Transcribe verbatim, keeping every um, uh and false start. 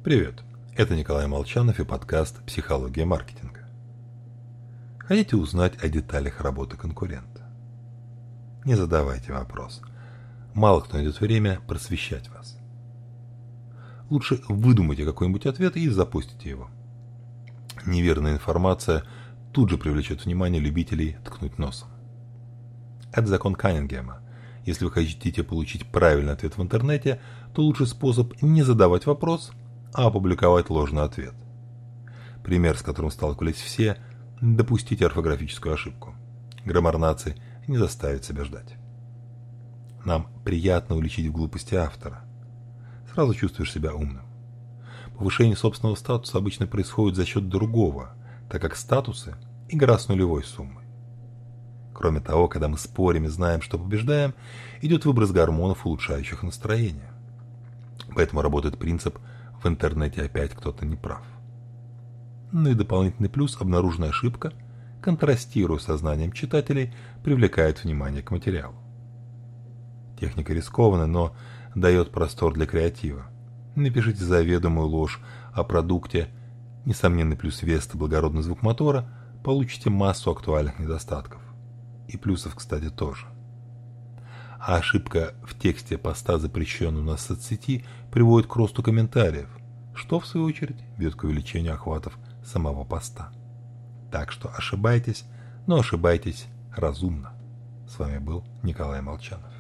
Привет, это Николай Молчанов и подкаст «Психология маркетинга». Хотите узнать о деталях работы конкурента? Не задавайте вопрос. Мало кто найдет время просвещать вас. Лучше выдумайте какой-нибудь ответ и запустите его. Неверная информация тут же привлечет внимание любителей ткнуть носом. Это закон Каннингема. Если вы хотите получить правильный ответ в интернете, то лучший способ не задавать вопрос, а опубликовать ложный ответ. Пример, с которым сталкивались все – допустить орфографическую ошибку. Граммар нации не заставит себя ждать. Нам приятно уличить в глупости автора. Сразу чувствуешь себя умным. Повышение собственного статуса обычно происходит за счет другого, так как статусы – игра с нулевой суммой. Кроме того, когда мы спорим и знаем, что побеждаем, идет выброс гормонов, улучшающих настроение. Поэтому работает принцип «в интернете опять кто-то не прав». Ну и дополнительный плюс – обнаруженная ошибка, контрастируя с сознанием читателей, привлекает внимание к материалу. Техника рискованная, но дает простор для креатива. Напишите заведомую ложь о продукте, несомненный плюс Веста, благородный звук мотора, получите массу актуальных недостатков. И плюсов, кстати, тоже. А ошибка в тексте поста, запрещенного на соцсети, приводит к росту комментариев, что, в свою очередь, ведет к увеличению охватов самого поста. Так что ошибайтесь, но ошибайтесь разумно. С вами был Николай Молчанов.